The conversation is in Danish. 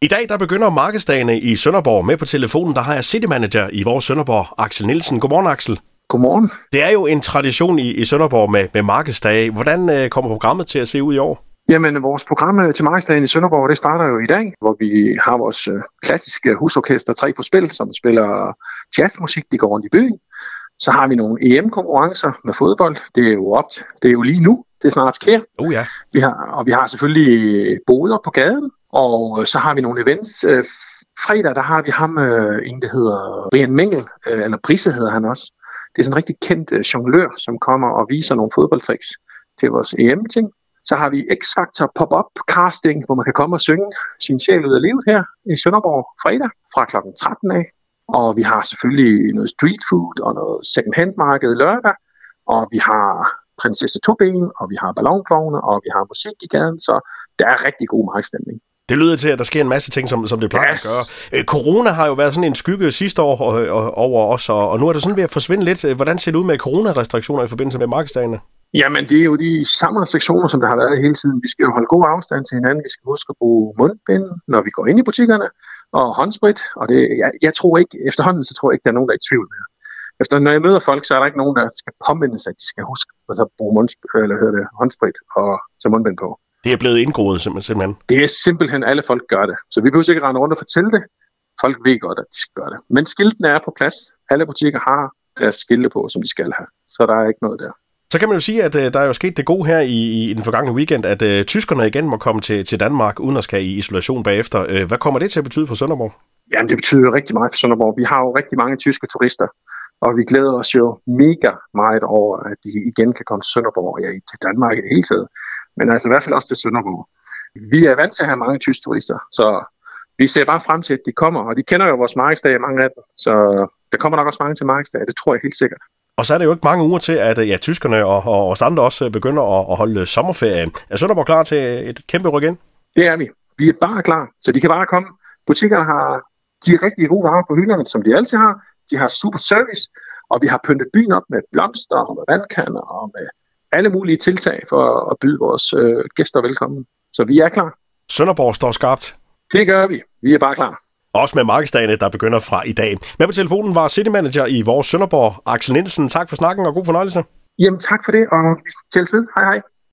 I dag der begynder markedsdagene i Sønderborg. Med på telefonen der har jeg City Manager i vores Sønderborg, Axel Nielsen. Godmorgen, Axel. Godmorgen. Det er jo en tradition i Sønderborg med markedsdage. Hvordan kommer programmet til at se ud i år? Jamen, vores program til markedsdagen i Sønderborg, det starter jo i dag, hvor vi har vores klassiske husorkester 3 på spil, som spiller jazzmusik, de går rundt i byen. Så har vi nogle EM-konkurrencer med fodbold. Det er jo lige nu, det snart sker. Ja. Vi har selvfølgelig boder på gaden, og så har vi nogle events. Fredag, der har vi ham, en der hedder Brian Mengel, eller Brisse hedder han også. Det er sådan en rigtig kendt jonglør, som kommer og viser nogle fodboldtricks til vores EM-ting. Så har vi X-Factor pop-up casting, hvor man kan komme og synge sin sjæl ud af livet her i Sønderborg fredag fra kl. 13 af. Og vi har selvfølgelig noget street food og noget second-hand marked lørdag. Og vi har prinsesse Toben, og vi har ballonklovne, og vi har musik i gaden. Så der er rigtig god markedsstemning. Det lyder til, at der sker en masse ting, som det plejer at gøre. Corona har jo været sådan en skygge sidste år over os, og nu er det sådan ved at forsvinde lidt. Hvordan ser det ud med coronarestriktioner i forbindelse med markedsdagene? Jamen, det er jo de samme restriktioner, som der har været hele tiden. Vi skal jo holde god afstand til hinanden. Vi skal huske at bruge mundbind, når vi går ind i butikkerne, og håndsprit. Og jeg tror ikke, efterhånden, så tror jeg ikke, der er nogen, der er i tvivl mere. Når jeg møder folk, så er der ikke nogen, der skal påminde sig, at de skal huske at bruge håndsprit og tage mundbind på. Det er blevet indgroet simpelthen. Det er simpelthen, alle folk gør det. Så vi behøver ikke rende rundt og fortælle det. Folk ved godt, at de skal gøre det. Men skiltene er på plads. Alle butikker har deres skilte på, som de skal have. Så der er ikke noget der. Så kan man jo sige, at der er jo sket det gode her i den forgangne weekend, at tyskerne igen må komme til Danmark, uden at skal i isolation bagefter. Hvad kommer det til at betyde for Sønderborg? Jamen, det betyder jo rigtig meget for Sønderborg. Vi har jo rigtig mange tyske turister, og vi glæder os jo mega meget over, at de igen kan komme til Sønderborg, til Danmark i det hele taget. Men altså i hvert fald også til Sønderborg. Vi er vant til at have mange tyske turister, så vi ser bare frem til, at de kommer, og de kender jo vores markedsdage, mange af dem. Så der kommer nok også mange til markedsdage, det tror jeg helt sikkert. Og så er det jo ikke mange uger til, at tyskerne og os andre også begynder at holde sommerferie. Er Sønderborg klar til et kæmpe ryk ind? Det er vi. Vi er bare klar, så de kan bare komme. Butikkerne har de rigtig gode varer på hylderne, som de altid har. De har super service, og vi har pyntet byen op med blomster og med vandkander og med alle mulige tiltag for at byde vores gæster velkommen. Så vi er klar. Sønderborg står skarpt. Det gør vi. Vi er bare klar. Også med markedsdagene, der begynder fra i dag. Med på telefonen var City Manager i vores Sønderborg, Axel Nielsen. Tak for snakken og god fornøjelse. Jamen tak for det, og vi ses ved. Hej hej.